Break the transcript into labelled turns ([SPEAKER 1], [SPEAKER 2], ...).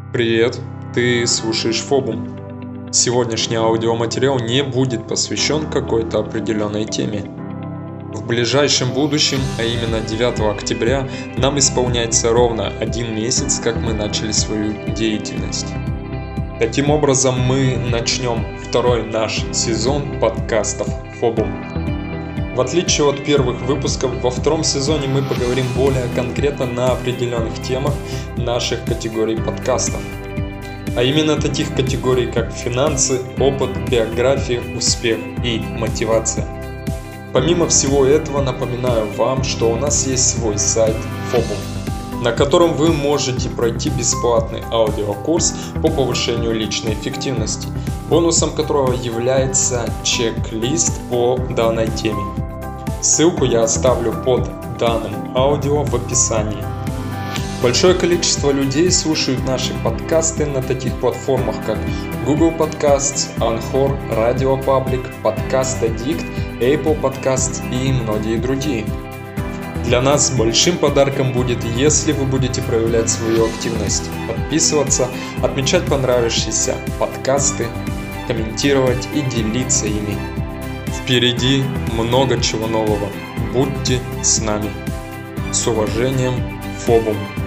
[SPEAKER 1] Привет, ты слушаешь Фобум. Сегодняшний аудиоматериал не будет посвящен какой-то определенной теме. В ближайшем будущем, а именно 9 октября, нам исполняется ровно 1 месяц, как мы начали свою деятельность. Таким образом, мы начнем второй наш сезон подкастов Фобум. В отличие от первых выпусков, во втором сезоне мы поговорим более конкретно на определенных темах наших категорий подкастов. А именно таких категорий, как финансы, опыт, биография, успех и мотивация. Помимо всего этого, напоминаю вам, что у нас есть свой сайт Фобум, на котором вы можете пройти бесплатный аудиокурс по повышению личной эффективности, бонусом которого является чек-лист по данной теме. Ссылку я оставлю под данным аудио в описании. Большое количество людей слушают наши подкасты на таких платформах, как Google Podcasts, Anchor, Radio Public, Podcast Addict, Apple Podcasts и многие другие. Для нас большим подарком будет, если вы будете проявлять свою активность, подписываться, отмечать понравившиеся подкасты, комментировать и делиться ими. Впереди много чего нового. Будьте с нами. С уважением, Фобум.